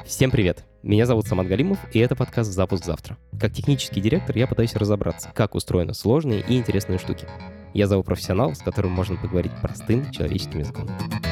Всем привет! Меня зовут Самат Галимов, и это подкаст «Запуск завтра». Как технический директор я пытаюсь разобраться, как устроены сложные и интересные штуки. Я зову профессионалов, с которым можно поговорить простым человеческим языком.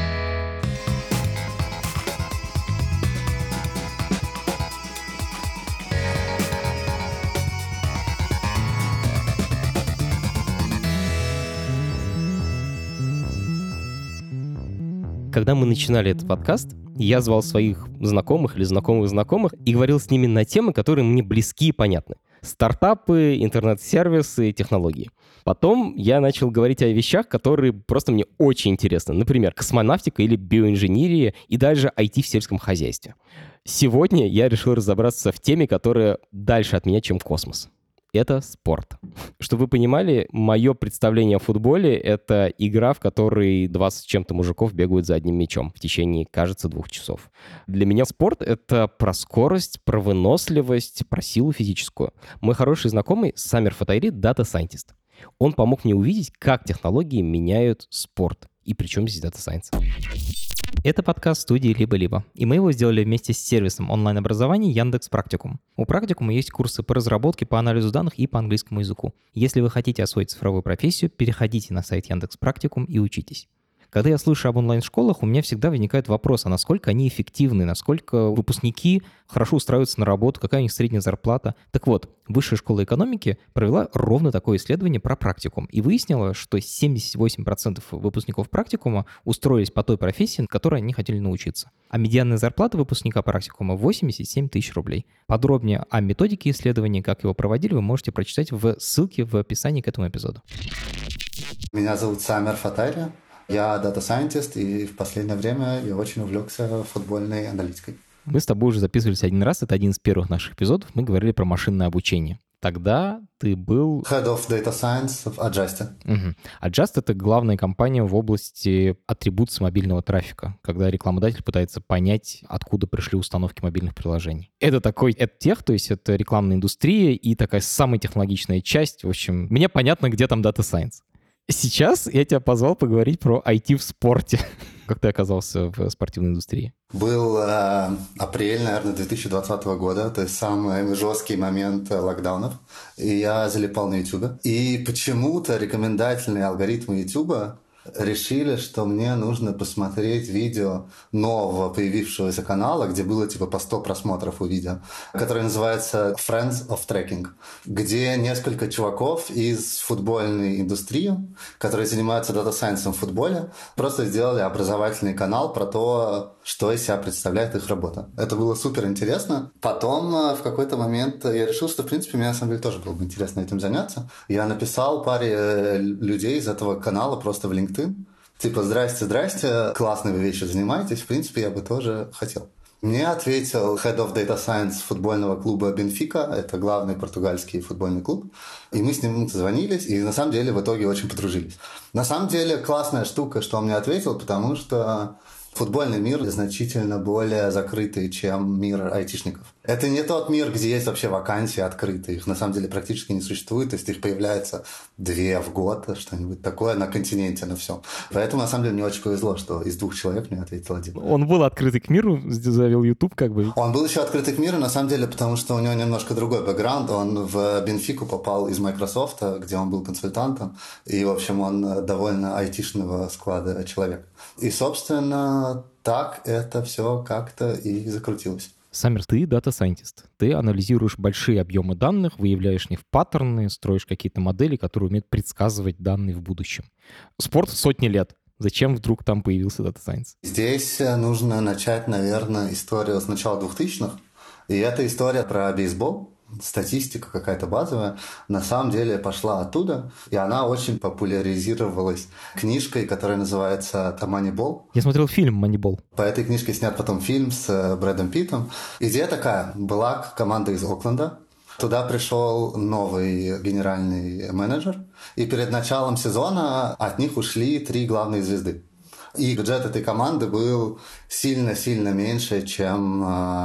Когда мы начинали этот подкаст, я звал своих знакомых или знакомых и говорил с ними на темы, которые мне близки и понятны. Стартапы, интернет-сервисы, технологии. Потом я начал говорить о вещах, которые просто мне очень интересны. Например, космонавтика или биоинженерия и даже IT в сельском хозяйстве. Сегодня я решил разобраться в теме, которая дальше от меня, чем космос. Это спорт. Чтобы вы понимали, мое представление о футболе — это игра, в которой 20 с чем-то мужиков бегают за одним мячом в течение, кажется, 2 часов. Для меня спорт — это про скорость, про выносливость, про силу физическую. Мой хороший знакомый Самир Фатайри — дата-сайентист. Он помог мне увидеть, как технологии меняют спорт. И при чем здесь дата-сайенс? Это подкаст студии «Либо-либо», и мы его сделали вместе с сервисом онлайн-образования Яндекс.Практикум. У Практикума есть курсы по разработке, по анализу данных и по английскому языку. Если вы хотите освоить цифровую профессию, переходите на сайт Яндекс.Практикум и учитесь. Когда я слышу об онлайн-школах, у меня всегда возникает вопрос, а насколько они эффективны, насколько выпускники хорошо устраиваются на работу, какая у них средняя зарплата. Так вот, Высшая школа экономики провела ровно такое исследование про практикум и выяснила, что 78% выпускников практикума устроились по той профессии, на которой они хотели научиться. А медианная зарплата выпускника практикума 87 тысяч рублей. Подробнее о методике исследования, как его проводили, вы можете прочитать в ссылке в описании к этому эпизоду. Меня зовут Самир Фатайри. Я дата-сайентист, и в последнее время я очень увлекся футбольной аналитикой. Мы с тобой уже записывались один раз, это один из первых наших эпизодов, мы говорили про машинное обучение. Тогда ты был... Head of Data Science в Adjust. Угу. Adjust — это главная компания в области атрибуции мобильного трафика, когда рекламодатель пытается понять, откуда пришли установки мобильных приложений. Это такой EdTech, то есть это рекламная индустрия и такая самая технологичная часть. В общем, мне понятно, где там Data Science. Сейчас я тебя позвал поговорить про IT в спорте. Как ты оказался в спортивной индустрии? Был апрель, наверное, 2020 года, то есть самый жесткий момент локдаунов. И я залипал на YouTube. И почему-то рекомендательные алгоритмы YouTube решили, что мне нужно посмотреть видео нового появившегося канала, где было типа по 100 просмотров у видео, которое называется Friends of Tracking, где несколько чуваков из футбольной индустрии, которые занимаются дата-сайенсом в футболе, просто сделали образовательный канал про то, что из себя представляет их работа. Это было супер интересно. Потом в какой-то момент я решил, что в принципе мне на самом деле тоже было бы интересно этим заняться. Я написал паре людей из этого канала просто в LinkedIn. Типа, здрасте, классные вы вещи занимаетесь, в принципе, я бы тоже хотел. Мне ответил Head of Data Science футбольного клуба Бенфика, это главный португальский футбольный клуб, и мы с ним созвонились, и на самом деле в итоге очень подружились. На самом деле классная штука, что он мне ответил, потому что футбольный мир значительно более закрытый, чем мир айтишников. Это не тот мир, где есть вообще вакансии открытые. Их на самом деле практически не существует. То есть их появляется 2 в год, что-нибудь такое на континенте, на всем. Поэтому на самом деле мне очень повезло, что из 2 человек мне ответил один. Он был открытый к миру, завел YouTube как бы. Он был еще открытый к миру, на самом деле, потому что у него немножко другой бэкграунд. Он в Бенфику попал из Microsoft, где он был консультантом. И, в общем, он довольно айтишного склада человек. И, собственно, так это все как-то и закрутилось. Самир, ты дата-сайентист. Ты анализируешь большие объемы данных, выявляешь в них паттерны, строишь какие-то модели, которые умеют предсказывать данные в будущем. Спорт сотни лет. Зачем вдруг там появился Data Science? Здесь нужно начать, наверное, историю с начала 2000-х. И это история про бейсбол. Статистика какая-то базовая, на самом деле пошла оттуда, и она очень популяризировалась книжкой, которая называется «Moneyball». Я смотрел фильм «Moneyball». По этой книжке снят потом фильм с Брэдом Питтом. Идея такая. Была команда из Окленда. Туда пришел новый генеральный менеджер, и перед началом сезона от них ушли 3 главные звезды. И бюджет этой команды был сильно-сильно меньше, чем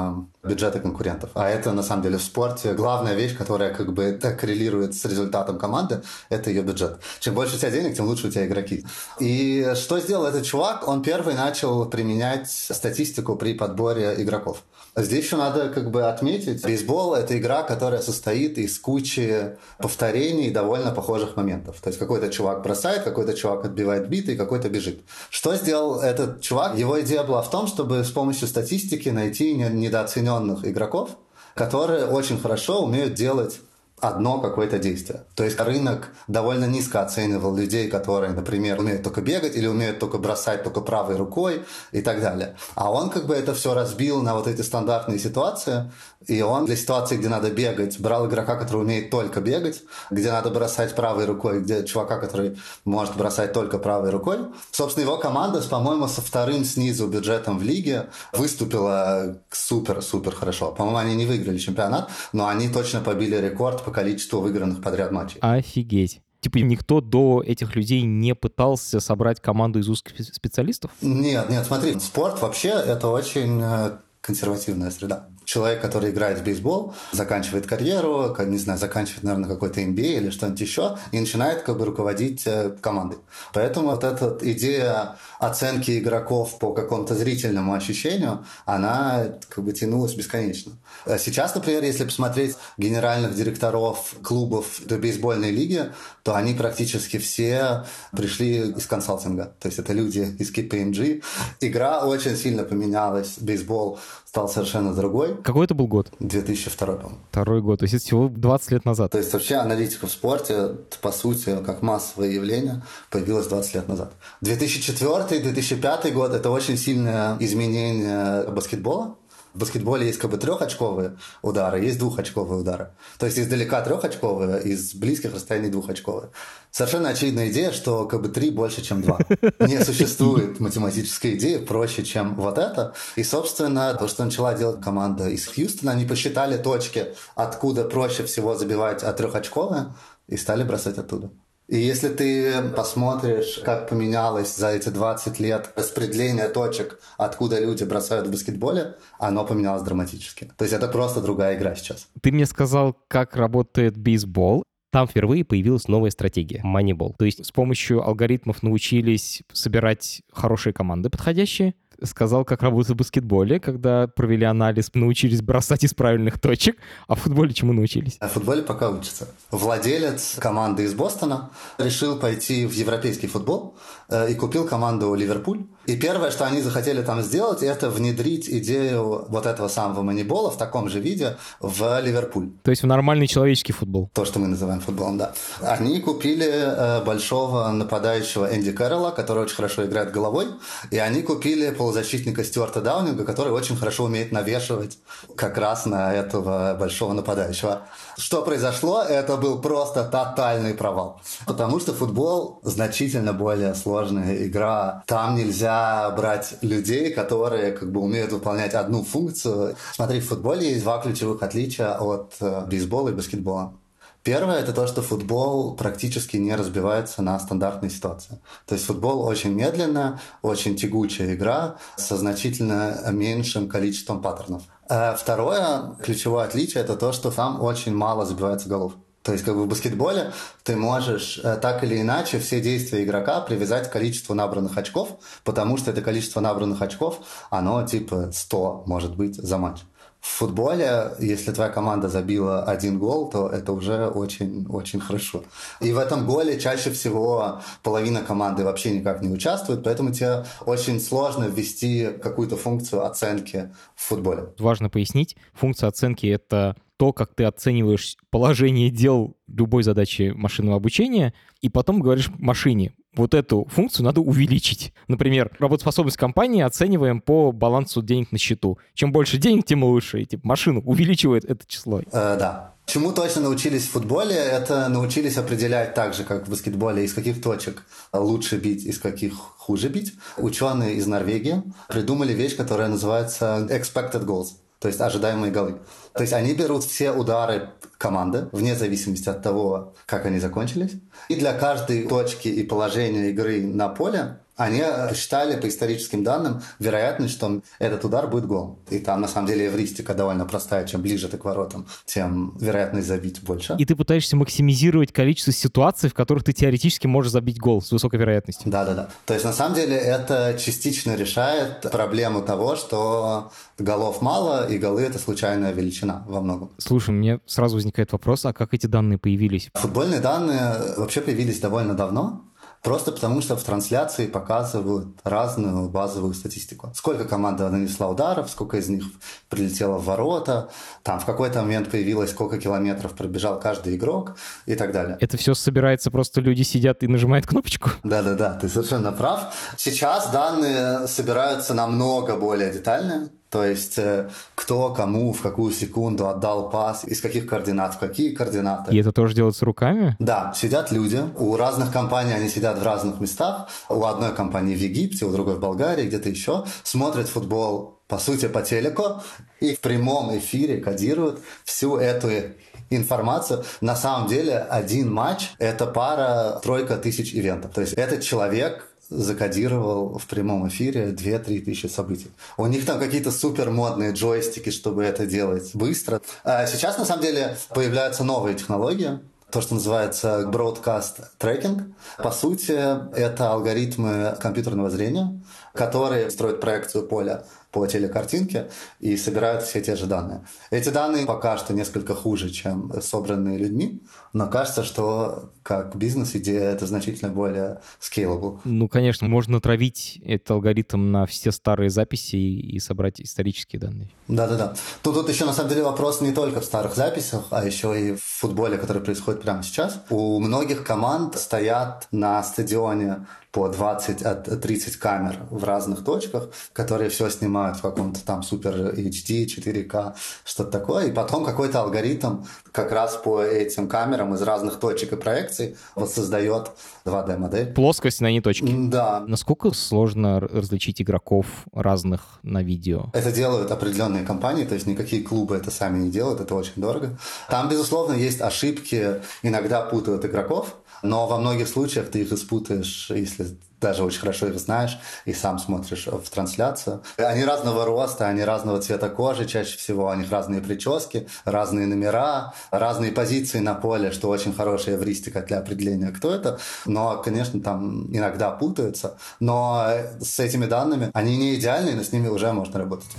бюджеты конкурентов. А это, на самом деле, в спорте главная вещь, которая как бы коррелирует с результатом команды, это ее бюджет. Чем больше у тебя денег, тем лучше у тебя игроки. И что сделал этот чувак? Он первый начал применять статистику при подборе игроков. Здесь еще надо как бы отметить, бейсбол – это игра, которая состоит из кучи повторений довольно похожих моментов. То есть какой-то чувак бросает, какой-то чувак отбивает биты, и какой-то бежит. Что сделал этот чувак? Его идея была в том, чтобы с помощью статистики найти недооцененных игроков, которые очень хорошо умеют делать одно какое-то действие. То есть рынок довольно низко оценивал людей, которые, например, умеют только бегать или умеют только бросать только правой рукой и так далее. А он как бы это все разбил на вот эти стандартные ситуации, и он для ситуации, где надо бегать, брал игрока, который умеет только бегать, где надо бросать правой рукой, где чувака, который может бросать только правой рукой. Собственно, его команда, по-моему, со вторым снизу бюджетом в лиге выступила супер-супер хорошо. По-моему, они не выиграли чемпионат, но они точно побили рекорд по количеству выигранных подряд матчей. Офигеть. Типа никто до этих людей не пытался собрать команду из узких специалистов? Нет, смотри, спорт вообще это очень консервативная среда. Человек, который играет в бейсбол, заканчивает карьеру, не знаю, заканчивает, наверное, какой-то MBA или что-нибудь еще, и начинает как бы руководить командой. Поэтому вот эта идея оценки игроков по какому-то зрительному ощущению, она как бы тянулась бесконечно. Сейчас, например, если посмотреть генеральных директоров клубов до бейсбольной лиги, то они практически все пришли из консалтинга. То есть это люди из KPMG. Игра очень сильно поменялась. Бейсбол стал совершенно другой. Какой это был год? 2002, по-моему. Второй год, то есть это всего 20 лет назад. То есть вообще аналитика в спорте, по сути, как массовое явление, появилась 20 лет назад. 2004-2005 год – это очень сильное изменение баскетбола. В баскетболе есть как бы 3-очковые удары, есть 2-очковые удары. То есть издалека 3-очковые, из близких расстояний 2-очковые. Совершенно очевидная идея, что как бы 3 больше, чем 2. Не существует математической идеи проще, чем вот это. И, собственно, то, что начала делать команда из Хьюстона, они посчитали точки, откуда проще всего забивать 3-очковые, и стали бросать оттуда. И если ты посмотришь, как поменялось за эти 20 лет распределение точек, откуда люди бросают в баскетболе, оно поменялось драматически. То есть это просто другая игра сейчас. Ты мне сказал, как работает бейсбол. Там впервые появилась новая стратегия — Moneyball. То есть с помощью алгоритмов научились собирать хорошие команды подходящие. Сказал, как работает в баскетболе, когда провели анализ, научились бросать из правильных точек. А в футболе чему научились? В футболе пока учатся. Владелец команды из Бостона решил пойти в европейский футбол и купил команду Ливерпуль. И первое, что они захотели там сделать, это внедрить идею вот этого самого манибола в таком же виде в Ливерпуль. То есть в нормальный человеческий футбол. То, что мы называем футболом, да. Они купили большого нападающего Энди Кэрролла, который очень хорошо играет головой, и они купили полузащитника Стюарта Даунинга, который очень хорошо умеет навешивать как раз на этого большого нападающего. Что произошло? Это был просто тотальный провал. Потому что футбол значительно более сложная игра. Там нельзя брать людей, которые как бы умеют выполнять одну функцию. Смотри, в футболе есть 2 ключевых отличия от бейсбола и баскетбола. Первое – это то, что футбол практически не разбивается на стандартные ситуации. То есть футбол очень медленная, очень тягучая игра со значительно меньшим количеством паттернов. Второе ключевое отличие – это то, что там очень мало забивается голов. То есть, как бы в баскетболе ты можешь так или иначе все действия игрока привязать к количеству набранных очков, потому что это количество набранных очков, оно типа 100 может быть за матч. В футболе, если твоя команда забила 1 гол, то это уже очень-очень хорошо. И в этом голе чаще всего половина команды вообще никак не участвует, поэтому тебе очень сложно ввести какую-то функцию оценки в футболе. Важно пояснить, функция оценки — это то, как ты оцениваешь положение дел любой задачи машинного обучения, и потом говоришь машине: вот эту функцию надо увеличить. Например, работоспособность компании оцениваем по балансу денег на счету. Чем больше денег, тем лучше. И типа машина увеличивает это число. Да. Чему точно научились в футболе, это научились определять так же, как в баскетболе, из каких точек лучше бить, из каких хуже бить. Ученые из Норвегии придумали вещь, которая называется expected goals, то есть ожидаемые голы. То есть они берут все удары команды, вне зависимости от того, как они закончились, и для каждой точки и положения игры на поле Они считали по историческим данным вероятность, что этот удар будет гол. И там, на самом деле, эвристика довольно простая. Чем ближе ты к воротам, тем вероятность забить больше. И ты пытаешься максимизировать количество ситуаций, в которых ты теоретически можешь забить гол с высокой вероятностью. Да. То есть, на самом деле, это частично решает проблему того, что голов мало, и голы — это случайная величина во многом. Слушай, мне сразу возникает вопрос, а как эти данные появились? Футбольные данные вообще появились довольно давно. Просто потому, что в трансляции показывают разную базовую статистику. Сколько команда нанесла ударов, сколько из них прилетело в ворота, там в какой-то момент появилось, сколько километров пробежал каждый игрок и так далее. Это все собирается, просто люди сидят и нажимают кнопочку? Да, ты совершенно прав. Сейчас данные собираются намного более детально. То есть, кто кому в какую секунду отдал пас, из каких координат, в какие координаты. И это тоже делается руками? Да, сидят люди. У разных компаний они сидят в разных местах. У одной компании в Египте, у другой в Болгарии, где-то еще. Смотрят футбол, по сути, по телеку. И в прямом эфире кодируют всю эту информацию. На самом деле, один матч – это пара-тройка тысяч ивентов. То есть, этот человек закодировал в прямом эфире 2-3 тысячи событий. У них там какие-то супер модные джойстики, чтобы это делать быстро. А сейчас, на самом деле, появляются новые технологии. То, что называется broadcast tracking. По сути, это алгоритмы компьютерного зрения, которые строят проекцию поля по телекартинке и собирают все те же данные. Эти данные пока что несколько хуже, чем собранные людьми, но кажется, что как бизнес-идея это значительно более scalable. Ну, конечно, можно натравить этот алгоритм на все старые записи и собрать исторические данные. Да. Тут еще на самом деле вопрос не только в старых записях, а еще и в футболе, который происходит прямо сейчас. У многих команд стоят на стадионе по 20-30 камер в разных точках, которые все снимают в каком-то там супер HD, 4К, что-то такое. И потом какой-то алгоритм как раз по этим камерам из разных точек и проекций воссоздает 2D-модель. Плоскость на неточке. Да. Насколько сложно различить игроков разных на видео? Это делают определенные компании, то есть никакие клубы это сами не делают, это очень дорого. Там, безусловно, есть ошибки, иногда путают игроков, но во многих случаях ты их испутаешь, если даже очень хорошо их знаешь и сам смотришь в трансляцию. Они разного роста, они разного цвета кожи чаще всего, у них разные прически, разные номера, разные позиции на поле, что очень хорошая эвристика для определения, кто это. Но, конечно, там иногда путаются, но с этими данными они не идеальные, но с ними уже можно работать.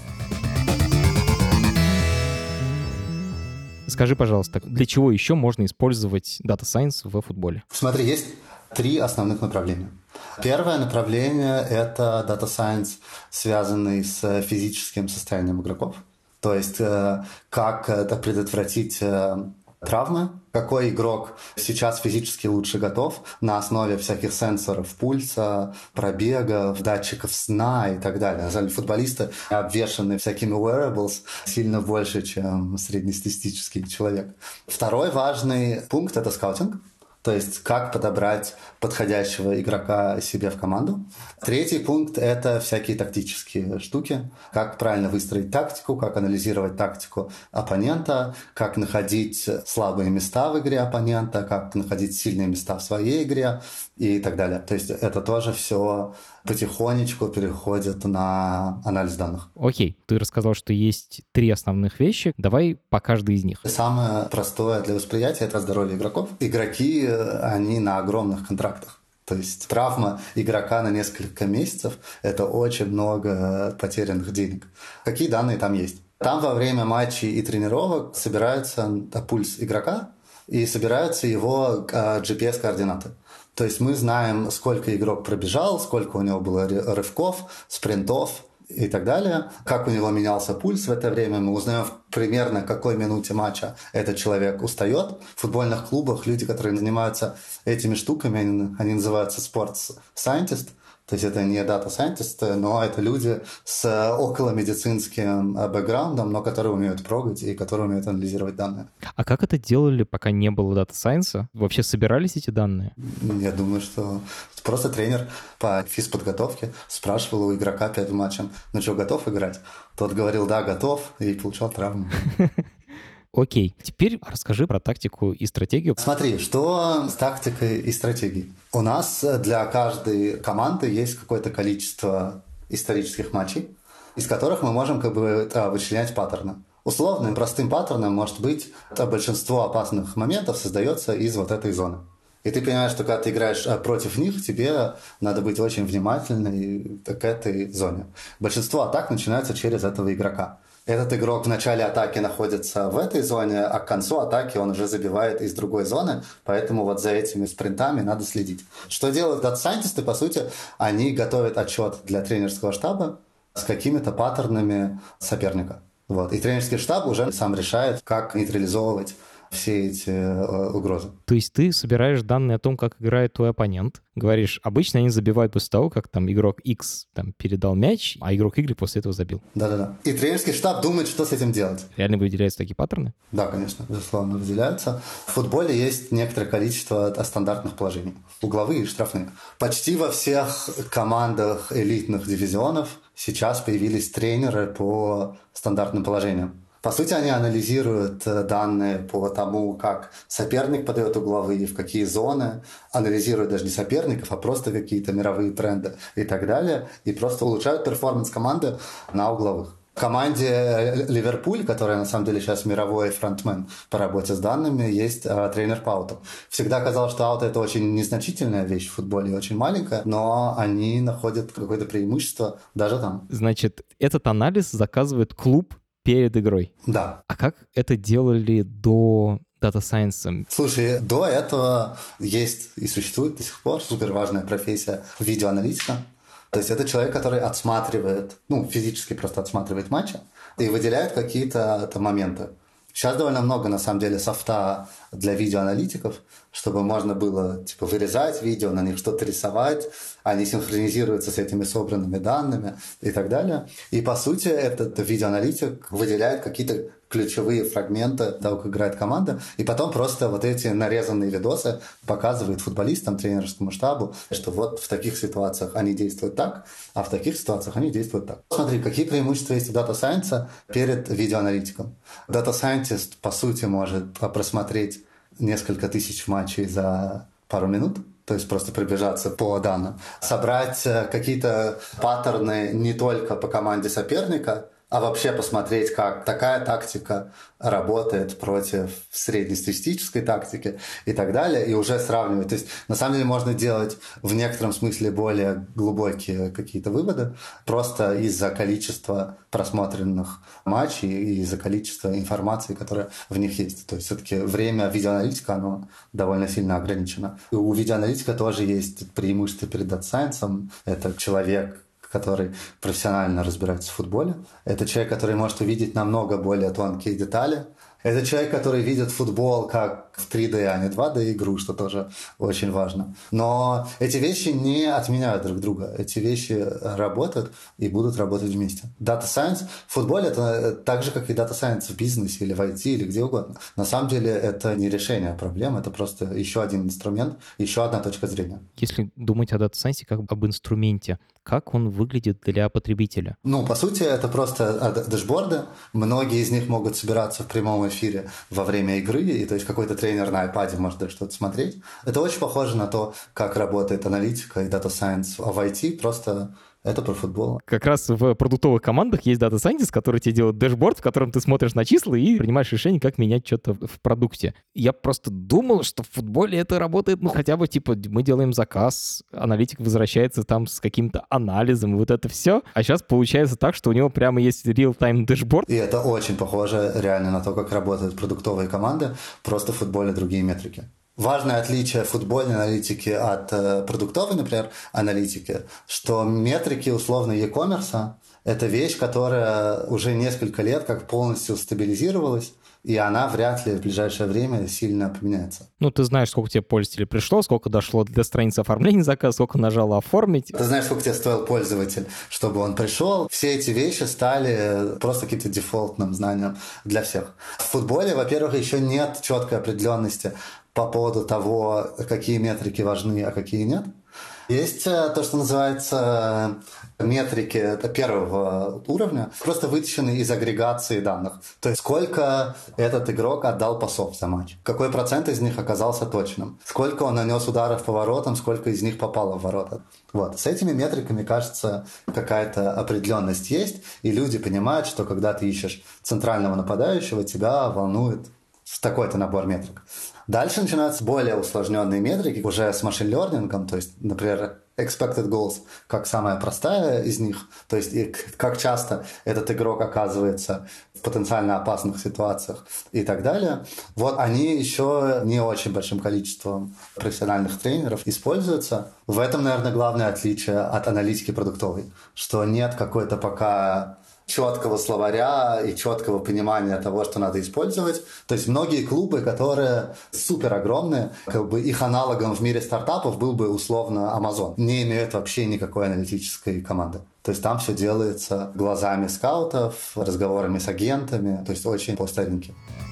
Скажи, пожалуйста, для чего еще можно использовать Data Science в футболе? Смотри, есть 3 основных направления. Первое направление – это Data Science, связанный с физическим состоянием игроков. То есть, как это предотвратить травмы, какой игрок сейчас физически лучше готов на основе всяких сенсоров пульса, пробегов, датчиков сна и так далее. На самом деле футболисты обвешаны всякими wearables сильно больше, чем среднестатистический человек. Второй важный пункт – это скаутинг. То есть, как подобрать подходящего игрока себе в команду. Третий пункт – это всякие тактические штуки. Как правильно выстроить тактику, как анализировать тактику оппонента, как находить слабые места в игре оппонента, как находить сильные места в своей игре и так далее. То есть, это тоже все потихонечку переходит на анализ данных. Окей, ты рассказал, что есть 3 основных вещи. Давай по каждой из них. Самое простое для восприятия – это здоровье игроков. Игроки, они на огромных контрактах. То есть травма игрока на несколько месяцев – это очень много потерянных денег. Какие данные там есть? Там во время матчей и тренировок собирается пульс игрока и собираются его GPS-координаты. То есть мы знаем, сколько игрок пробежал, сколько у него было рывков, спринтов и так далее. Как у него менялся пульс в это время. Мы узнаем примерно, в какой минуте матча этот человек устает. В футбольных клубах люди, которые занимаются этими штуками, они называются sports scientist. То есть это не data scientist, но это люди с околомедицинским бэкграундом, но которые умеют прогать и которые умеют анализировать данные. А как это делали, пока не было Data Science? Вообще собирались эти данные? Я думаю, что просто тренер по физподготовке спрашивал у игрока перед матчем: ну что, готов играть? Тот говорил: да, готов, и получал травму. Окей. Теперь расскажи про тактику и стратегию. Смотри, что с тактикой и стратегией. У нас для каждой команды есть какое-то количество исторических матчей, из которых мы можем вычленять паттерны. Условным простым паттерном может быть большинство опасных моментов создается из вот этой зоны. И ты понимаешь, что когда ты играешь против них, тебе надо быть очень внимательным к этой зоне. Большинство атак начинаются через этого игрока. Этот игрок в начале атаки находится в этой зоне, а к концу атаки он уже забивает из другой зоны, поэтому вот за этими спринтами надо следить. Что делают дата-сайентисты? По сути, они готовят отчет для тренерского штаба с какими-то паттернами соперника. Вот. И тренерский штаб уже сам решает, как нейтрализовывать все эти угрозы. То есть ты собираешь данные о том, как играет твой оппонент, говоришь, обычно они забивают после того, как там игрок X там передал мяч, а игрок Y после этого забил. Да-да-да. И тренерский штаб думает, что с этим делать. Реально выделяются такие паттерны? Да, конечно, безусловно, выделяются. В футболе есть некоторое количество стандартных положений. Угловые и штрафные. Почти во всех командах элитных дивизионов сейчас появились тренеры по стандартным положениям. По сути, они анализируют данные по тому, как соперник подает угловые, в какие зоны, анализируют даже не соперников, а просто какие-то мировые тренды и так далее, и просто улучшают перформанс команды на угловых. В команде Ливерпуль, которая на самом деле сейчас мировой фронтмен по работе с данными, есть тренер по ауту. Всегда казалось, что аут — это очень незначительная вещь в футболе, очень маленькая, но они находят какое-то преимущество даже там. Значит, этот анализ заказывает клуб перед игрой. Да. А как это делали до Data Science? Слушай, до этого есть и существует до сих пор суперважная профессия видеоаналитика. То есть это человек, который отсматривает, физически просто отсматривает матчи и выделяет какие-то моменты. Сейчас довольно много, на самом деле, софта для видеоаналитиков, чтобы можно было вырезать видео, на них что-то рисовать, они синхронизируются с этими собранными данными и так далее. И, по сути, этот видеоаналитик выделяет какие-то ключевые фрагменты того, как играет команда, и потом просто вот эти нарезанные видосы показывает футболистам, тренерскому штабу, что вот в таких ситуациях они действуют так, а в таких ситуациях они действуют так. Смотри, какие преимущества есть у Data Science перед видеоаналитиком. Data Scientist, по сути, может просмотреть несколько тысяч матчей за пару минут, то есть просто пробежаться по данным, собрать какие-то паттерны не только по команде соперника, а вообще посмотреть, как такая тактика работает против среднестатистической тактики и так далее, и уже сравнивать. То есть, на самом деле, можно делать в некотором смысле более глубокие какие-то выводы просто из-за количества просмотренных матчей и из-за количества информации, которая в них есть. То есть, все-таки время видеоаналитика, оно довольно сильно ограничено. И у видеоаналитика тоже есть преимущество перед Data Science. Это человек, который профессионально разбирается в футболе. Это человек, который может увидеть намного более тонкие детали. Это человек, который видит футбол как в 3D, а не 2D игру, что тоже очень важно. Но эти вещи не отменяют друг друга. Эти вещи работают и будут работать вместе. Data Science в футболе — это так же, как и Data Science в бизнесе или в IT или где угодно. На самом деле это не решение проблем, это просто еще один инструмент, еще одна точка зрения. Если думать о Data Science как об инструменте, как он выглядит для потребителя? По сути, это просто дэшборды. Многие из них могут собираться в прямом эфире во время игры, и то есть какой-то тренер на iPad может что-то смотреть. Это очень похоже на то, как работает аналитика и Data Science в IT, просто это про футбол. Как раз в продуктовых командах есть Data Scientist, который тебе делает дэшборд, в котором ты смотришь на числа и принимаешь решение, как менять что-то в продукте. Я просто думал, что в футболе это работает, хотя бы, мы делаем заказ, аналитик возвращается там с каким-то анализом, вот это все. А сейчас получается так, что у него прямо есть real-time дэшборд. И это очень похоже реально на то, как работают продуктовые команды, просто в футболе другие метрики. Важное отличие футбольной аналитики от продуктовой, например, аналитики, что метрики условно e-commerce – это вещь, которая уже несколько лет как полностью стабилизировалась, и она вряд ли в ближайшее время сильно поменяется. Ты знаешь, сколько тебе пользователей пришло, сколько дошло до страницы оформления заказа, сколько нажало «Оформить». Ты знаешь, сколько тебе стоил пользователь, чтобы он пришел. Все эти вещи стали просто каким-то дефолтным знанием для всех. В футболе, во-первых, еще нет четкой определенности по поводу того, какие метрики важны, а какие нет. Есть то, что называется метрики первого уровня, просто вытащены из агрегации данных. То есть сколько этот игрок отдал пасов за матч, какой процент из них оказался точным, сколько он нанес ударов по воротам, сколько из них попало в ворота. Вот. С этими метриками, кажется, какая-то определенность есть, и люди понимают, что когда ты ищешь центрального нападающего, тебя волнует такой-то набор метрик. Дальше начинаются более усложненные метрики, уже с машин-лернингом, то есть, например, expected goals, как самая простая из них, то есть и как часто этот игрок оказывается в потенциально опасных ситуациях и так далее. Вот они еще не очень большим количеством профессиональных тренеров используются. В этом, наверное, главное отличие от аналитики продуктовой, что нет какой-то пока четкого словаря и четкого понимания того, что надо использовать. То есть многие клубы, которые супер огромные, как бы их аналогом в мире стартапов был бы условно Amazon, не имеют вообще никакой аналитической команды. То есть там все делается глазами скаутов, разговорами с агентами, то есть очень по-старинке.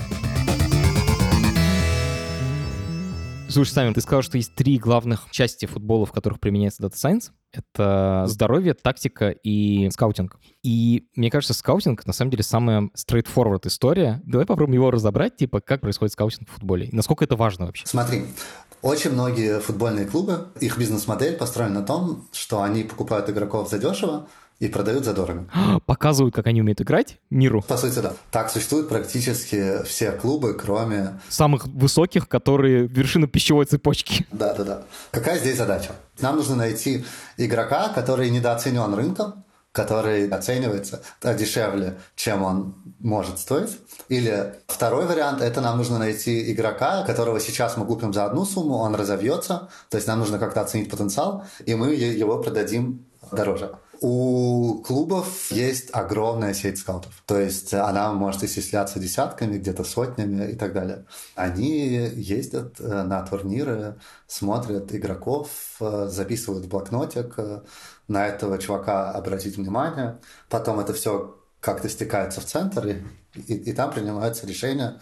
Слушай, Самин, ты сказал, что есть 3 главных части футбола, в которых применяется Data Science. Это здоровье, тактика и скаутинг. И мне кажется, скаутинг на самом деле самая straightforward история. Давай попробуем его разобрать, типа, как происходит скаутинг в футболе. И насколько это важно вообще? Смотри, очень многие футбольные клубы, их бизнес-модель построена на том, что они покупают игроков задешево и продают задорого. Показывают, как они умеют играть миру. По сути, да. Так существуют практически все клубы, кроме... самых высоких, которые вершина пищевой цепочки. Да. Какая здесь задача? Нам нужно найти игрока, который недооценен рынком, который оценивается дешевле, чем он может стоить. Или второй вариант – это нам нужно найти игрока, которого сейчас мы купим за одну сумму, он разовьется, то есть нам нужно как-то оценить потенциал, и мы его продадим дороже. У клубов есть огромная сеть скаутов. То есть она может исчисляться десятками, где-то сотнями и так далее. Они ездят на турниры, смотрят игроков, записывают в блокнотик, на этого чувака обратить внимание. Потом это все как-то стекается в центр, и там принимается решение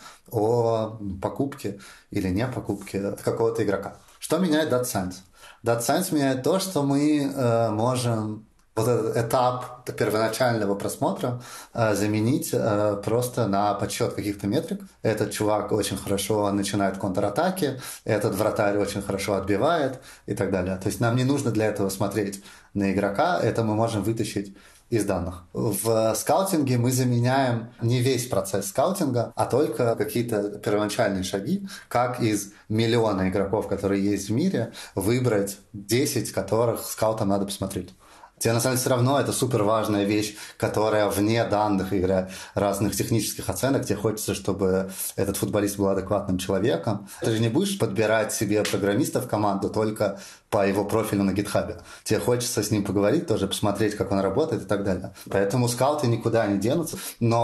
о покупке или не покупке какого-то игрока. Что меняет Data Science? Data Science меняет то, что мы можем вот этот этап первоначального просмотра заменить просто на подсчет каких-то метрик. Этот чувак очень хорошо начинает контратаки, этот вратарь очень хорошо отбивает и так далее. То есть нам не нужно для этого смотреть на игрока, это мы можем вытащить из данных. В скаутинге мы заменяем не весь процесс скаутинга, а только какие-то первоначальные шаги, как из миллиона игроков, которые есть в мире, выбрать 10, которых скаутам надо посмотреть. Тебе, на самом деле, все равно это супер важная вещь, которая вне данных и разных технических оценок. Тебе хочется, чтобы этот футболист был адекватным человеком. Ты же не будешь подбирать себе программиста в команду только по его профилю на GitHub. Тебе хочется с ним поговорить, тоже посмотреть, как он работает и так далее. Поэтому скауты никуда не денутся.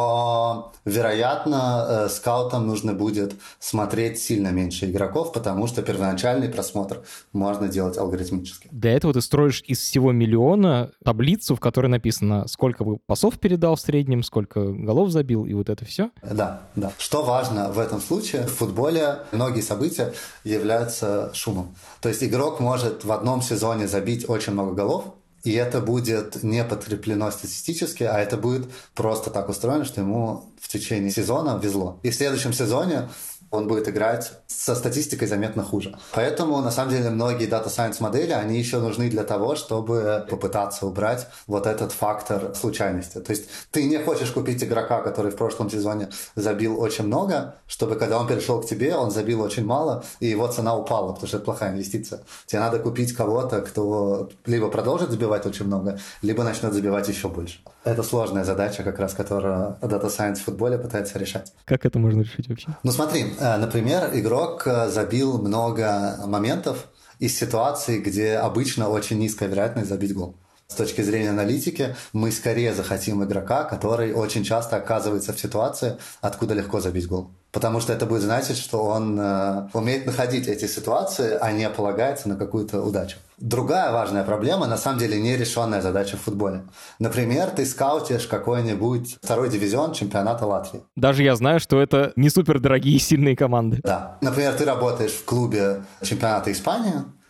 Но, вероятно, скаутам нужно будет смотреть сильно меньше игроков, потому что первоначальный просмотр можно делать алгоритмически. Для этого ты строишь из всего миллиона таблицу, в которой написано, сколько бы пасов передал в среднем, сколько голов забил, и вот это все? Да. Что важно в этом случае? В футболе многие события являются шумом. То есть игрок может в одном сезоне забить очень много голов, и это будет не подкреплено статистически, а это будет просто так устроено, что ему в течение сезона везло. И в следующем сезоне он будет играть со статистикой заметно хуже. Поэтому, на самом деле, многие Data Science модели, они еще нужны для того, чтобы попытаться убрать вот этот фактор случайности. То есть ты не хочешь купить игрока, который в прошлом сезоне забил очень много, чтобы когда он перешел к тебе, он забил очень мало, и его цена упала, потому что это плохая инвестиция. Тебе надо купить кого-то, кто либо продолжит забивать очень много, либо начнет забивать еще больше. Это сложная задача, как раз, которую Data Science в футболе пытается решать. Как это можно решить вообще? Ну смотри, например, игрок забил много моментов из ситуаций, где обычно очень низкая вероятность забить гол. С точки зрения аналитики, мы скорее захотим игрока, который очень часто оказывается в ситуации, откуда легко забить гол. Потому что это будет значить, что он умеет находить эти ситуации, а не полагается на какую-то удачу. Другая важная проблема, на самом деле, нерешенная задача в футболе. Например, ты скаутишь какой-нибудь второй дивизион чемпионата Латвии. Даже я знаю, что это не супердорогие и сильные команды. Да. Например, ты работаешь в клубе чемпионата Испании,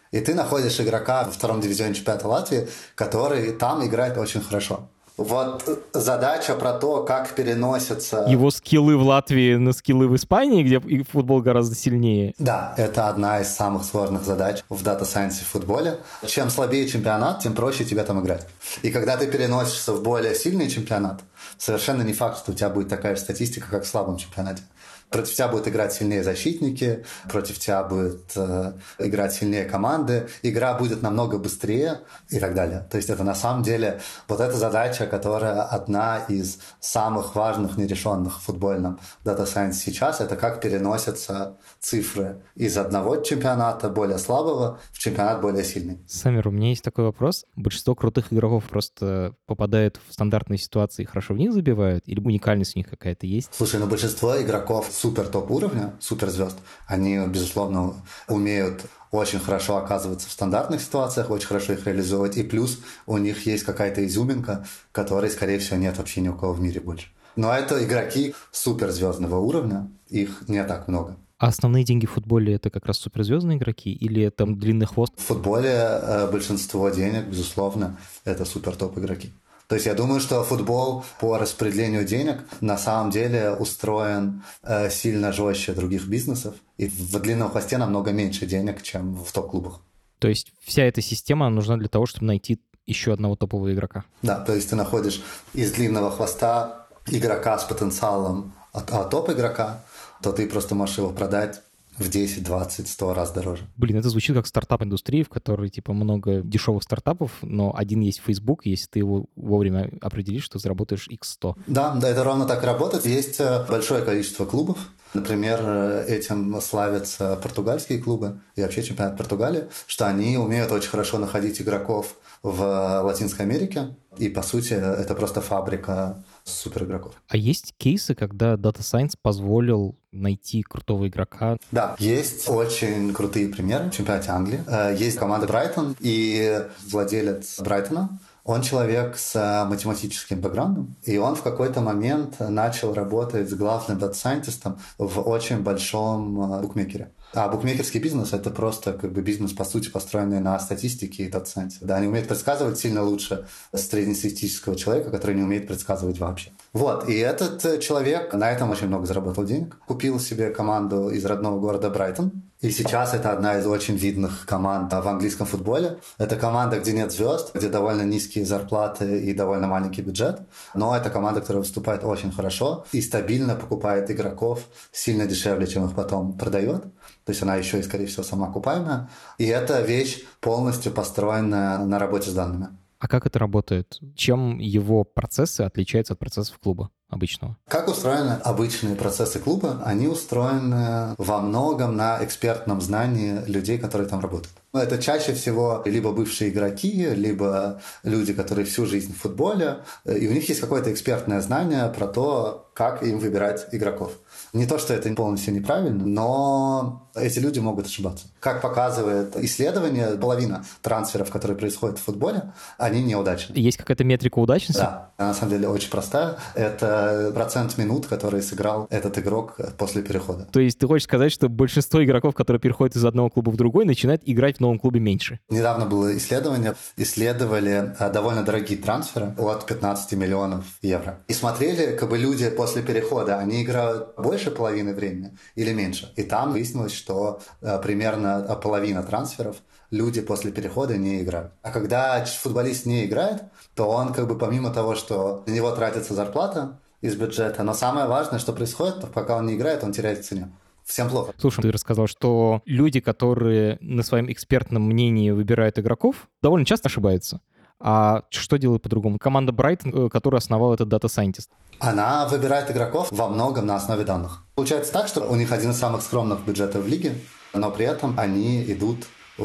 И ты находишь игрока во втором дивизионе чемпионата Латвии, который там играет очень хорошо. Вот задача про то, как переносятся... Его скиллы в Латвии на скиллы в Испании, где футбол гораздо сильнее. Да, это одна из самых сложных задач в дата-сайенсе в футболе. Чем слабее чемпионат, тем проще тебе там играть. И когда ты переносишься в более сильный чемпионат, совершенно не факт, что у тебя будет такая же статистика, как в слабом чемпионате. Против тебя будут играть сильнее защитники, против тебя будут играть сильнее команды, игра будет намного быстрее и так далее. То есть это на самом деле вот эта задача, которая одна из самых важных нерешенных в футбольном дата-сайенсе сейчас, это как переносятся цифры из одного чемпионата более слабого в чемпионат более сильный. Самир, у меня есть такой вопрос. Большинство крутых игроков просто попадают в стандартные ситуации и хорошо в них забивают? Или уникальность у них какая-то есть? Слушай, большинство игроков супер топ уровня, суперзвезд, они, безусловно, умеют очень хорошо оказываться в стандартных ситуациях, очень хорошо их реализовывать, и плюс у них есть какая-то изюминка, которой, скорее всего, нет вообще ни у кого в мире больше. Но это игроки суперзвездного уровня, их не так много. А основные деньги в футболе — это как раз суперзвездные игроки или там длинный хвост? В футболе большинство денег, безусловно, это супер топ игроки. То есть я думаю, что футбол по распределению денег на самом деле устроен сильно жестче других бизнесов. И в длинном хвосте намного меньше денег, чем в топ-клубах. То есть вся эта система нужна для того, чтобы найти еще одного топового игрока? Да, то есть ты находишь из длинного хвоста игрока с потенциалом от топ-игрока, то ты просто можешь его продать в 10, 20, 100 раз дороже. Блин, это звучит как стартап-индустрия, в которой, типа, много дешевых стартапов, но один есть Facebook, если ты его вовремя определишь, то заработаешь x100. Да, это ровно так работает. Есть большое количество клубов. Например, этим славятся португальские клубы и вообще чемпионат Португалии, что они умеют очень хорошо находить игроков в Латинской Америке. И, по сути, это просто фабрика суперигроков. А есть кейсы, когда Data Science позволил найти крутого игрока? Да, есть очень крутые примеры в чемпионате Англии. Есть команда Брайтон, и владелец Брайтона, он человек с математическим бэкграундом, и он в какой-то момент начал работать с главным дата-сайентистом в очень большом букмекере. А букмекерский бизнес — это просто как бы бизнес, по сути, построенный на статистике и дата-сайенсе. Да, они умеют предсказывать сильно лучше среднестатистического человека, который не умеет предсказывать вообще. Вот, и этот человек на этом очень много заработал денег. Купил себе команду из родного города Брайтон. И сейчас это одна из очень видных команд в английском футболе. Это команда, где нет звезд, где довольно низкие зарплаты и довольно маленький бюджет. Но это команда, которая выступает очень хорошо и стабильно покупает игроков сильно дешевле, чем их потом продает. То есть она еще и, скорее всего, сама окупаемая. И эта вещь полностью построена на работе с данными. А как это работает? Чем его процессы отличаются от процессов клуба обычного? Как устроены обычные процессы клуба? Они устроены во многом на экспертном знании людей, которые там работают. Это чаще всего либо бывшие игроки, либо люди, которые всю жизнь в футболе, и у них есть какое-то экспертное знание про то, как им выбирать игроков. Не то, что это полностью неправильно, но эти люди могут ошибаться. Как показывает исследование, половина трансферов, которые происходят в футболе, они неудачны. Есть какая-то метрика удачности? Да, на самом деле очень простая. Это процент минут, которые сыграл этот игрок после перехода. То есть ты хочешь сказать, что большинство игроков, которые переходят из одного клуба в другой, начинают играть в новом клубе меньше? Недавно было исследование. Исследовали довольно дорогие трансферы от 15 миллионов евро. И смотрели, как бы люди после перехода, они играют больше половины времени или меньше. И там выяснилось, что примерно половина трансферов люди после перехода не играют. А когда футболист не играет, то он как бы помимо того, что на него тратится зарплата из бюджета, но самое важное, что происходит, пока он не играет, он теряет в цене. Всем плохо. Слушай, ты рассказал, что люди, которые на своем экспертном мнении выбирают игроков, довольно часто ошибаются. А что делают по-другому? Команда Брайтон, которую основал этот дата-сайентист. Она выбирает игроков во многом на основе данных. Получается так, что у них один из самых скромных бюджетов в лиге, но при этом они идут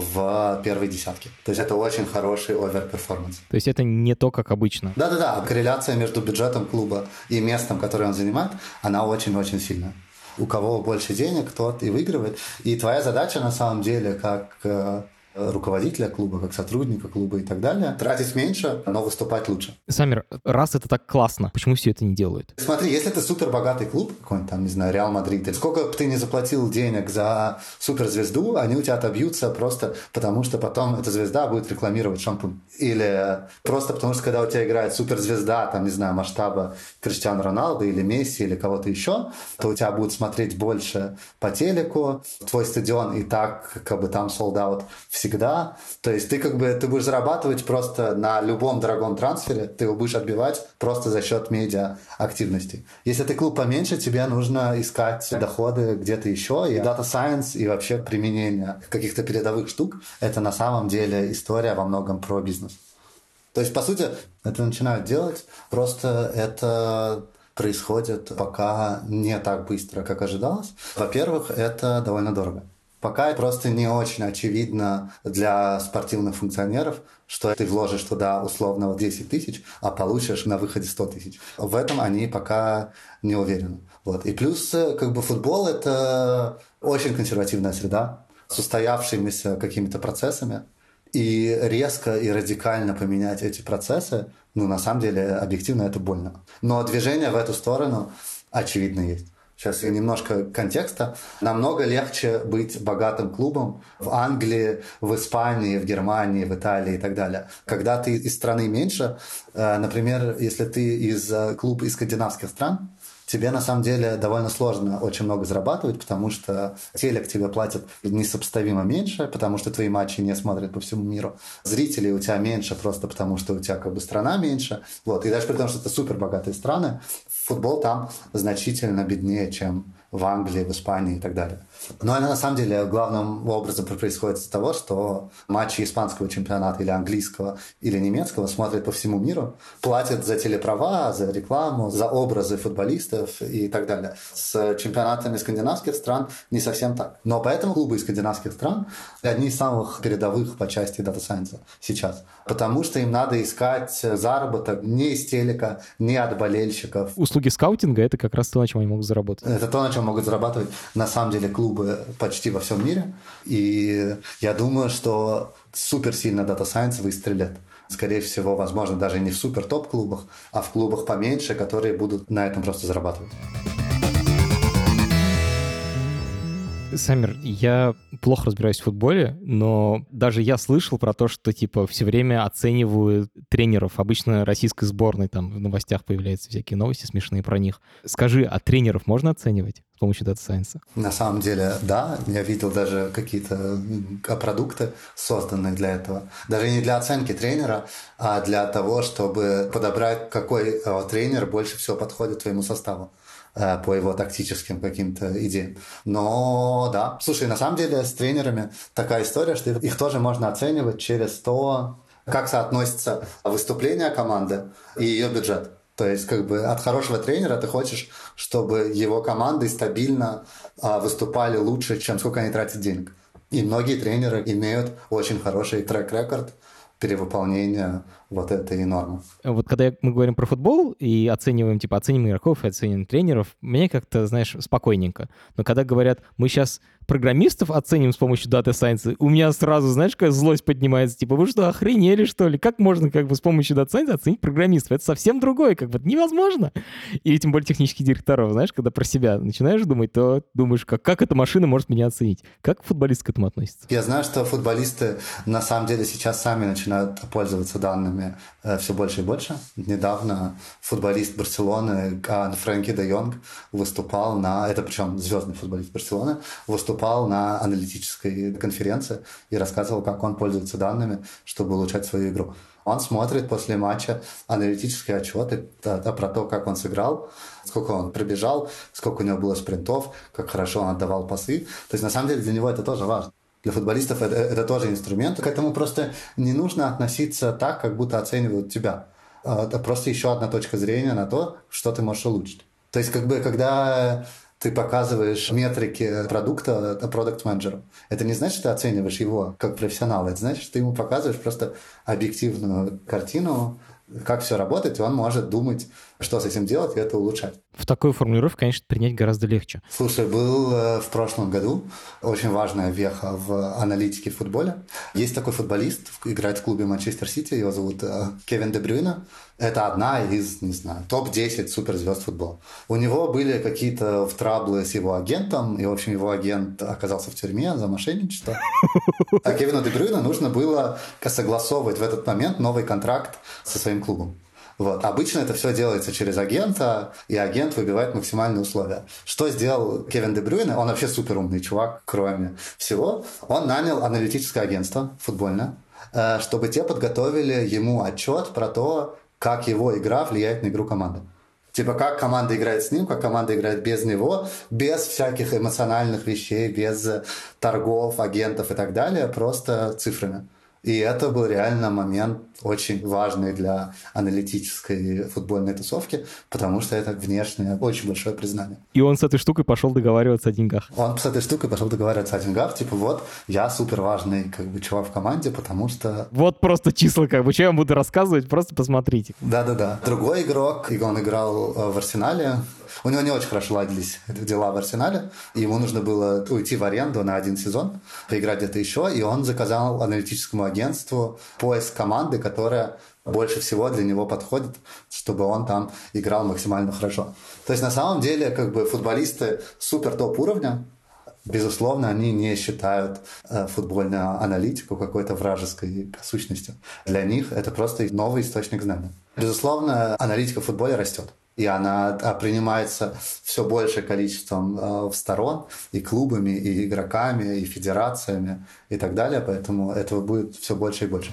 в первой десятке. То есть это очень хороший оверперформанс. То есть это не то, как обычно. Да-да-да. Корреляция между бюджетом клуба и местом, которое он занимает, она очень-очень сильная. У кого больше денег, тот и выигрывает. И твоя задача на самом деле, как руководителя клуба, как сотрудника клуба и так далее. Тратить меньше, но выступать лучше. Самир, раз это так классно, почему все это не делают? Смотри, если ты супер богатый клуб, какой-нибудь там, не знаю, Реал Мадрид, сколько бы ты не заплатил денег за суперзвезду, они у тебя отобьются просто потому, что потом эта звезда будет рекламировать шампунь. Или просто потому, что когда у тебя играет суперзвезда, там, не знаю, масштаба Криштиану Роналду или Месси или кого-то еще, то у тебя будут смотреть больше по телеку, твой стадион и так как бы там sold out всегда. То есть ты как бы ты будешь зарабатывать просто на любом дорогом трансфере, ты его будешь отбивать просто за счет медиа активности. Если ты клуб поменьше, тебе нужно искать доходы где-то еще, и Data Science, и вообще применение каких-то передовых штук, это на самом деле история во многом про бизнес. То есть, по сути, это начинают делать, просто это происходит пока не так быстро, как ожидалось. Во-первых, это довольно дорого. Пока просто не очень очевидно для спортивных функционеров, что ты вложишь туда условно 10 тысяч, а получишь на выходе 100 тысяч. В этом они пока не уверены. Вот. И плюс как бы футбол – это очень консервативная среда с устоявшимися какими-то процессами. И резко и радикально поменять эти процессы, на самом деле, объективно это больно. Но движение в эту сторону очевидно есть. Сейчас немножко контекста. Намного легче быть богатым клубом в Англии, в Испании, в Германии, в Италии и так далее. Когда ты из страны меньше, например, если ты из клуба из скандинавских стран, тебе на самом деле довольно сложно очень много зарабатывать, потому что телек тебе платят несопоставимо меньше, потому что твои матчи не смотрят по всему миру. Зрителей у тебя меньше просто потому, что у тебя как бы страна меньше. Вот. И даже при том, что это супер богатые страны, футбол там значительно беднее, чем в Англии, в Испании и так далее. Но это на самом деле главным образом происходит из-за того, что матчи испанского чемпионата или английского или немецкого смотрят по всему миру, платят за телеправа, за рекламу, за образы футболистов и так далее. С чемпионатами скандинавских стран не совсем так. Но поэтому клубы из скандинавских стран одни из самых передовых по части Data Science сейчас. Потому что им надо искать заработок не из телека, не от болельщиков. Услуги скаутинга — это как раз то, на чем они могут заработать. Это то, на чем могут зарабатывать на самом деле клубы почти во всем мире. И я думаю, что суперсильно Data Science выстрелит. Скорее всего, возможно, даже не в супер топ-клубах, а в клубах поменьше, которые будут на этом просто зарабатывать. Самир, я плохо разбираюсь в футболе, но даже я слышал про то, что типа все время оценивают тренеров. Обычно российской сборной там в новостях появляются всякие новости смешные про них. Скажи, а тренеров можно оценивать с помощью Data Science? На самом деле, да. Я видел даже какие-то продукты, созданные для этого. Даже не для оценки тренера, а для того, чтобы подобрать, какой тренер больше всего подходит твоему составу по его тактическим каким-то идеям. Но да, слушай, на самом деле с тренерами такая история, что их тоже можно оценивать через то, как соотносится выступление команды и ее бюджет. То есть как бы от хорошего тренера ты хочешь, чтобы его команды стабильно выступали лучше, чем сколько они тратят денег. И многие тренеры имеют очень хороший трек-рекорд перевыполнения вот этой нормы. Вот когда мы говорим про футбол и оцениваем, типа, оцениваем игроков и оцениваем тренеров, мне как-то, знаешь, спокойненько. Но когда говорят, мы сейчас программистов оценим с помощью Data Science, у меня сразу, знаешь, какая злость поднимается, типа, вы что, охренели, что ли? Как можно как бы с помощью Data Science оценить программистов? Это совсем другое, как бы, это невозможно. И тем более технических директоров, знаешь, когда про себя начинаешь думать, то думаешь, как эта машина может меня оценить? Как футболист к этому относится? Я знаю, что футболисты на самом деле сейчас сами начинают пользоваться данными все больше и больше. Недавно футболист Барселоны Фрэнки де Йонг выступал это причем звездный футболист Барселоны, выступал на аналитической конференции и рассказывал, как он пользуется данными, чтобы улучшать свою игру. Он смотрит после матча аналитические отчеты про то, как он сыграл, сколько он пробежал, сколько у него было спринтов, как хорошо он отдавал пасы. То есть, на самом деле, для него это тоже важно. Для футболистов это тоже инструмент. К этому просто не нужно относиться так, как будто оценивают тебя. Это просто еще одна точка зрения на то, что ты можешь улучшить. То есть, как бы, когда ты показываешь метрики продукта продакт-менеджеру, это не значит, что ты оцениваешь его как профессионала. Это значит, что ты ему показываешь просто объективную картину, как все работает, и он может думать что с этим делать и это улучшать. В такой формулировке, конечно, принять гораздо легче. Слушай, был в прошлом году очень важная веха в аналитике в футболе. Есть такой футболист, играет в клубе Манчестер Сити, его зовут Кевин Де Брюйне. Это одна из, не знаю, топ-10 суперзвезд футбола. У него были какие-то траблы с его агентом, и, в общем, его агент оказался в тюрьме за мошенничество. А Кевину Де Брюйне нужно было согласовывать в этот момент новый контракт со своим клубом. Вот. Обычно это все делается через агента, и агент выбивает максимальные условия. Что сделал Кевин Де Брюйне? Он вообще суперумный чувак, кроме всего. Он нанял аналитическое агентство футбольное, чтобы те подготовили ему отчет про то, как его игра влияет на игру команды. Типа, как команда играет с ним, как команда играет без него, без всяких эмоциональных вещей, без торгов, агентов и так далее, просто цифрами. И это был реально момент очень важный для аналитической футбольной тусовки, потому что это внешнее очень большое признание. И он с этой штукой пошел договариваться о деньгах. Он с этой штукой пошел договариваться о деньгах, типа вот, я супер важный чувак в команде, потому что... Вот просто числа, что я вам буду рассказывать, просто посмотрите. Да-да-да. Другой игрок, он играл в Арсенале, у него не очень хорошо ладились дела в Арсенале, ему нужно было уйти в аренду на 1 сезон, поиграть где-то еще, и он заказал аналитическому агентству поиск команды, которая больше всего для него подходит, чтобы он там играл максимально хорошо. То есть на самом деле футболисты супер топ уровня, безусловно, они не считают футбольную аналитику какой-то вражеской сущностью. Для них это просто новый источник знаний. Безусловно, аналитика в футболе растет. И она принимается все большее количеством сторон, и клубами, и игроками, и федерациями, и так далее. Поэтому этого будет все больше и больше.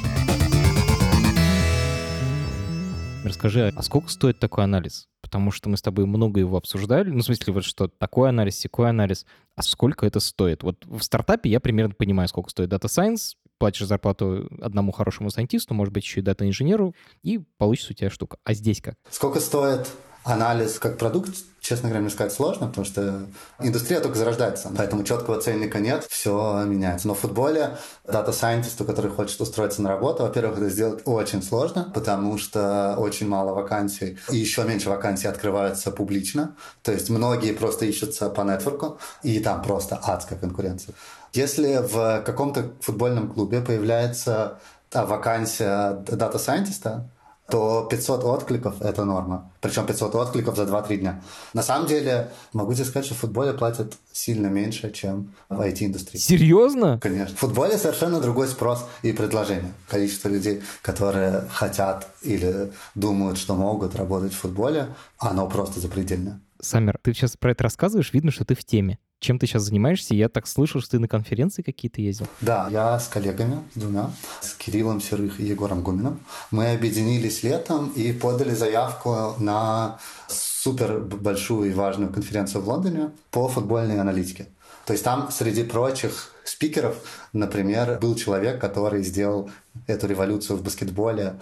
Расскажи, а сколько стоит такой анализ? Потому что мы с тобой много его обсуждали. Ну, в смысле, вот что такой анализ, сякой анализ. А сколько это стоит? Вот в стартапе я примерно понимаю, сколько стоит Data Science. Платишь зарплату одному хорошему сайентисту, может быть, еще и дата-инженеру, и получится у тебя штука. А здесь как? Сколько стоит анализ как продукт, честно говоря, мне сказать сложно, потому что индустрия только зарождается, поэтому четкого ценника нет, все меняется. Но в футболе дата-сайентисту, который хочет устроиться на работу, во-первых, это сделать очень сложно, потому что очень мало вакансий, и еще меньше вакансий открываются публично, то есть многие просто ищутся по нетворку, и там просто адская конкуренция. Если в каком-то футбольном клубе появляется вакансия дата-сайентиста, то 500 откликов – это норма. Причем 500 откликов за 2-3 дня. На самом деле, могу тебе сказать, что в футболе платят сильно меньше, чем в IT-индустрии. Серьезно? Конечно. В футболе совершенно другой спрос и предложение. Количество людей, которые хотят или думают, что могут работать в футболе, оно просто запредельное. Самир, ты сейчас про это рассказываешь, видно, что ты в теме. Чем ты сейчас занимаешься? Я так слышал, что ты на конференции какие-то ездил. Да, я с коллегами, двумя, с Кириллом Серых и Егором Гуминым. Мы объединились летом и подали заявку на супер большую и важную конференцию в Лондоне по футбольной аналитике. То есть там среди прочих спикеров, например, был человек, который сделал эту революцию в баскетболе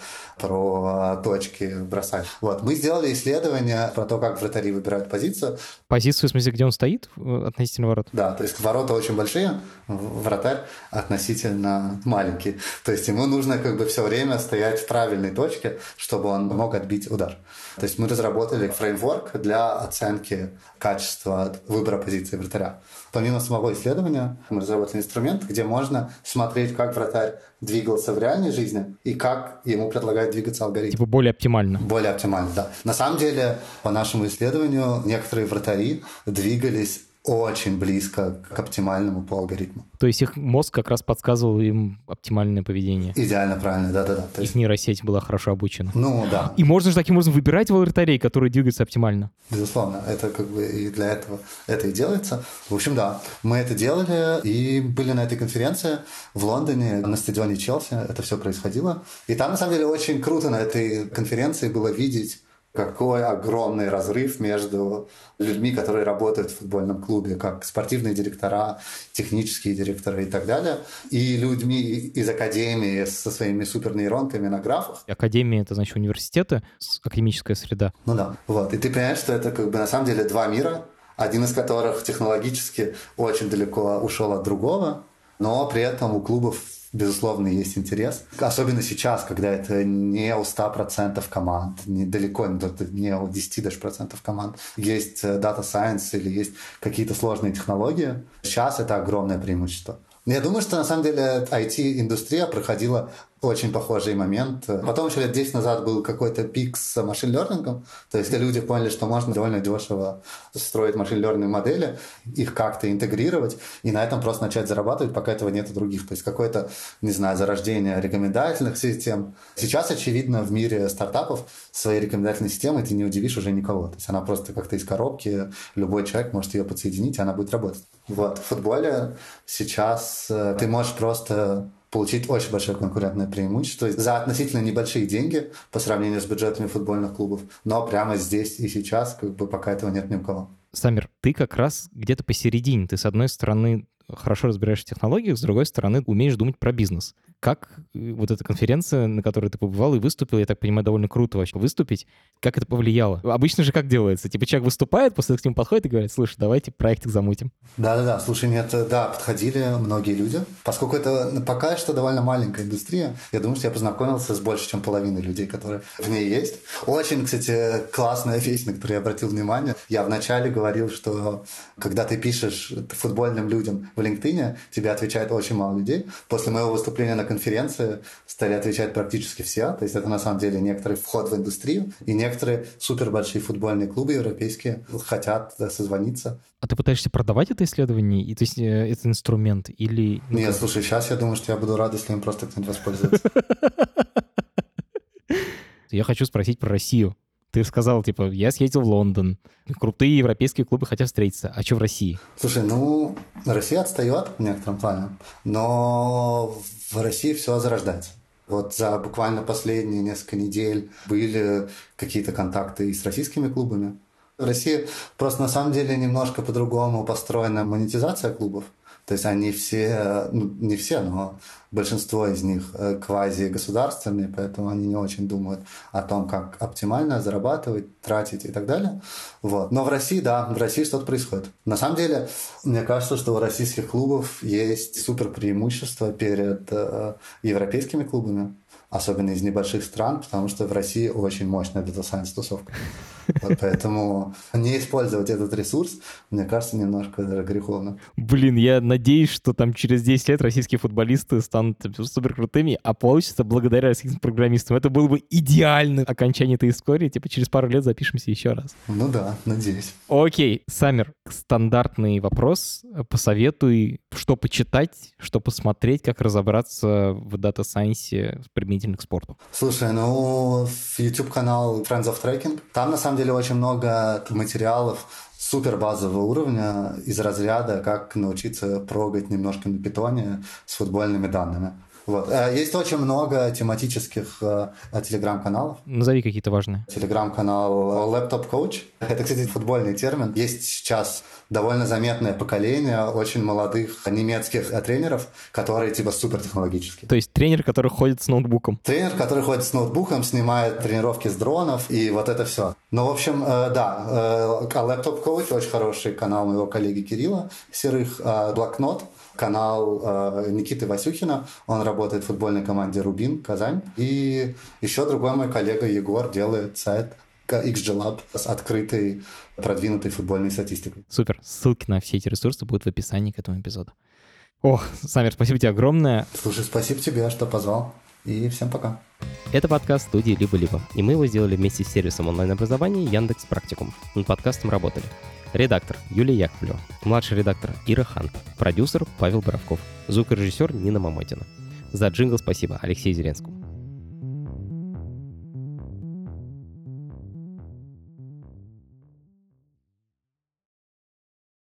про точки бросать. Вот. Мы сделали исследование про то, как вратари выбирают позицию. Позицию, в смысле, где он стоит относительно ворот? Да, то есть ворота очень большие, вратарь относительно маленький. То есть ему нужно все время стоять в правильной точке, чтобы он мог отбить удар. То есть мы разработали фреймворк для оценки качества выбора позиции вратаря. Помимо самого исследования, мы разработали инструмент, где можно смотреть, как вратарь двигался в реальной жизни и как ему предлагает двигаться алгоритм. Типа более оптимально. Более оптимально, да. На самом деле, по нашему исследованию, некоторые вратари двигались очень близко к оптимальному по алгоритму. То есть их мозг как раз подсказывал им оптимальное поведение. Идеально правильно, да-да-да. Их нейросеть была хорошо обучена. Ну, да. И можно же таким образом выбирать вратарей, которые двигаются оптимально. Безусловно, это и для этого это и делается. В общем, да, мы это делали и были на этой конференции в Лондоне, на стадионе Челси. Это все происходило. И там, на самом деле, очень круто на этой конференции было видеть, какой огромный разрыв между людьми, которые работают в футбольном клубе, как спортивные директора, технические директоры и так далее, и людьми из академии со своими супернейронками на графах. Академия — это, значит, университеты, академическая среда. Ну да. Вот. И ты понимаешь, что это на самом деле два мира, один из которых технологически очень далеко ушел от другого, но при этом у клубов безусловно, есть интерес. Особенно сейчас, когда это не у 100% команд, далеко не у 10 даже процентов команд. Есть Data Science или есть какие-то сложные технологии. Сейчас это огромное преимущество. Я думаю, что на самом деле IT-индустрия проходила очень похожий момент. Потом еще лет 10 назад был какой-то пик с машин-лернингом. То есть люди поняли, что можно довольно дешево строить машин-лернинг модели, их как-то интегрировать, и на этом просто начать зарабатывать, пока этого нет у других. То есть какое-то, не знаю, зарождение рекомендательных систем. Сейчас, очевидно, в мире стартапов своей рекомендательной системой ты не удивишь уже никого. То есть она просто как-то из коробки, любой человек может ее подсоединить, и она будет работать. Вот. В футболе сейчас ты можешь просто получить очень большое конкурентное преимущество за относительно небольшие деньги по сравнению с бюджетами футбольных клубов. Но прямо здесь и сейчас пока этого нет ни у кого. Самир, ты как раз где-то посередине. Ты, с одной стороны, хорошо разбираешься в технологиях, с другой стороны, умеешь думать про бизнес. Как вот эта конференция, на которой ты побывал и выступил, я так понимаю, довольно круто вообще выступить, как это повлияло? Обычно же как делается? Типа человек выступает, после этого к нему подходит и говорит: слушай, давайте проектик замутим. Да-да-да, слушай, подходили многие люди. Поскольку это пока что довольно маленькая индустрия, я думаю, что я познакомился с больше, чем половиной людей, которые в ней есть. Очень, кстати, классная вещь, на которую я обратил внимание. Я вначале говорил, что когда ты пишешь футбольным людям в LinkedIn, тебе отвечает очень мало людей. После моего выступления на конференции стали отвечать практически все. То есть это на самом деле некоторый вход в индустрию, и некоторые супербольшие футбольные клубы европейские хотят созвониться. А ты пытаешься продавать это исследование? И, то есть это инструмент или... Нет, слушай, сейчас я думаю, что я буду рад, если им просто кто-нибудь воспользуется. Я хочу спросить про Россию. Ты сказал, типа, я съездил в Лондон, крутые европейские клубы хотят встретиться. А что в России? Слушай, Россия отстает в некотором плане, но в России все зарождается. Вот за буквально последние несколько недель были какие-то контакты и с российскими клубами. В России просто на самом деле немножко по-другому построена монетизация клубов. То есть они все, не все, но большинство из них квази-государственные, поэтому они не очень думают о том, как оптимально зарабатывать, тратить и так далее. Вот. Но в России, да, в России что-то происходит. На самом деле, мне кажется, что у российских клубов есть супер преимущество перед европейскими клубами, особенно из небольших стран, потому что в России очень мощная Data Science тусовка. Вот поэтому не использовать этот ресурс, мне кажется, немножко даже греховно. Блин, я надеюсь, что там через 10 лет российские футболисты станут супер крутыми, а получится благодаря российским программистам. Это было бы идеальное окончание этой истории. Типа через пару лет запишемся еще раз. Ну да, надеюсь. Окей, Самир, стандартный вопрос. Посоветуй, что почитать, что посмотреть, как разобраться в Data Science применительно к спорту. Слушай, YouTube-канал Friends of Tracking. Там, на самом деле, очень много материалов супер базового уровня из разряда, как научиться прогать немножко на питоне с футбольными данными. Вот. Есть очень много тематических телеграм-каналов. Назови какие-то важные. Телеграм-канал Laptop Coach. Это, кстати, футбольный термин. Есть сейчас довольно заметное поколение очень молодых немецких тренеров, которые типа супертехнологические. То есть тренер, который ходит с ноутбуком. Тренер, который ходит с ноутбуком, снимает тренировки с дронов и вот это все. Ну, в общем, да, Laptop Coach очень хороший канал моего коллеги Кирилла Серых, Блокнот. Канал Никиты Васюхина. Он работает в футбольной команде «Рубин» Казань. И еще другой мой коллега Егор делает сайт XG Lab с открытой, продвинутой футбольной статистикой. Супер. Ссылки на все эти ресурсы будут в описании к этому эпизоду. Ох, Самир, спасибо тебе огромное. Слушай, спасибо тебе, что позвал. И всем пока. Это подкаст студии «Либо-либо», и мы его сделали вместе с сервисом онлайн-образования Яндекс.Практикум. Над подкастом работали редактор Юлия Яковлева, младший редактор Ира Хант, продюсер Павел Боровков, звукорежиссер Нина Мамотина. За джингл спасибо Алексею Зеленскому.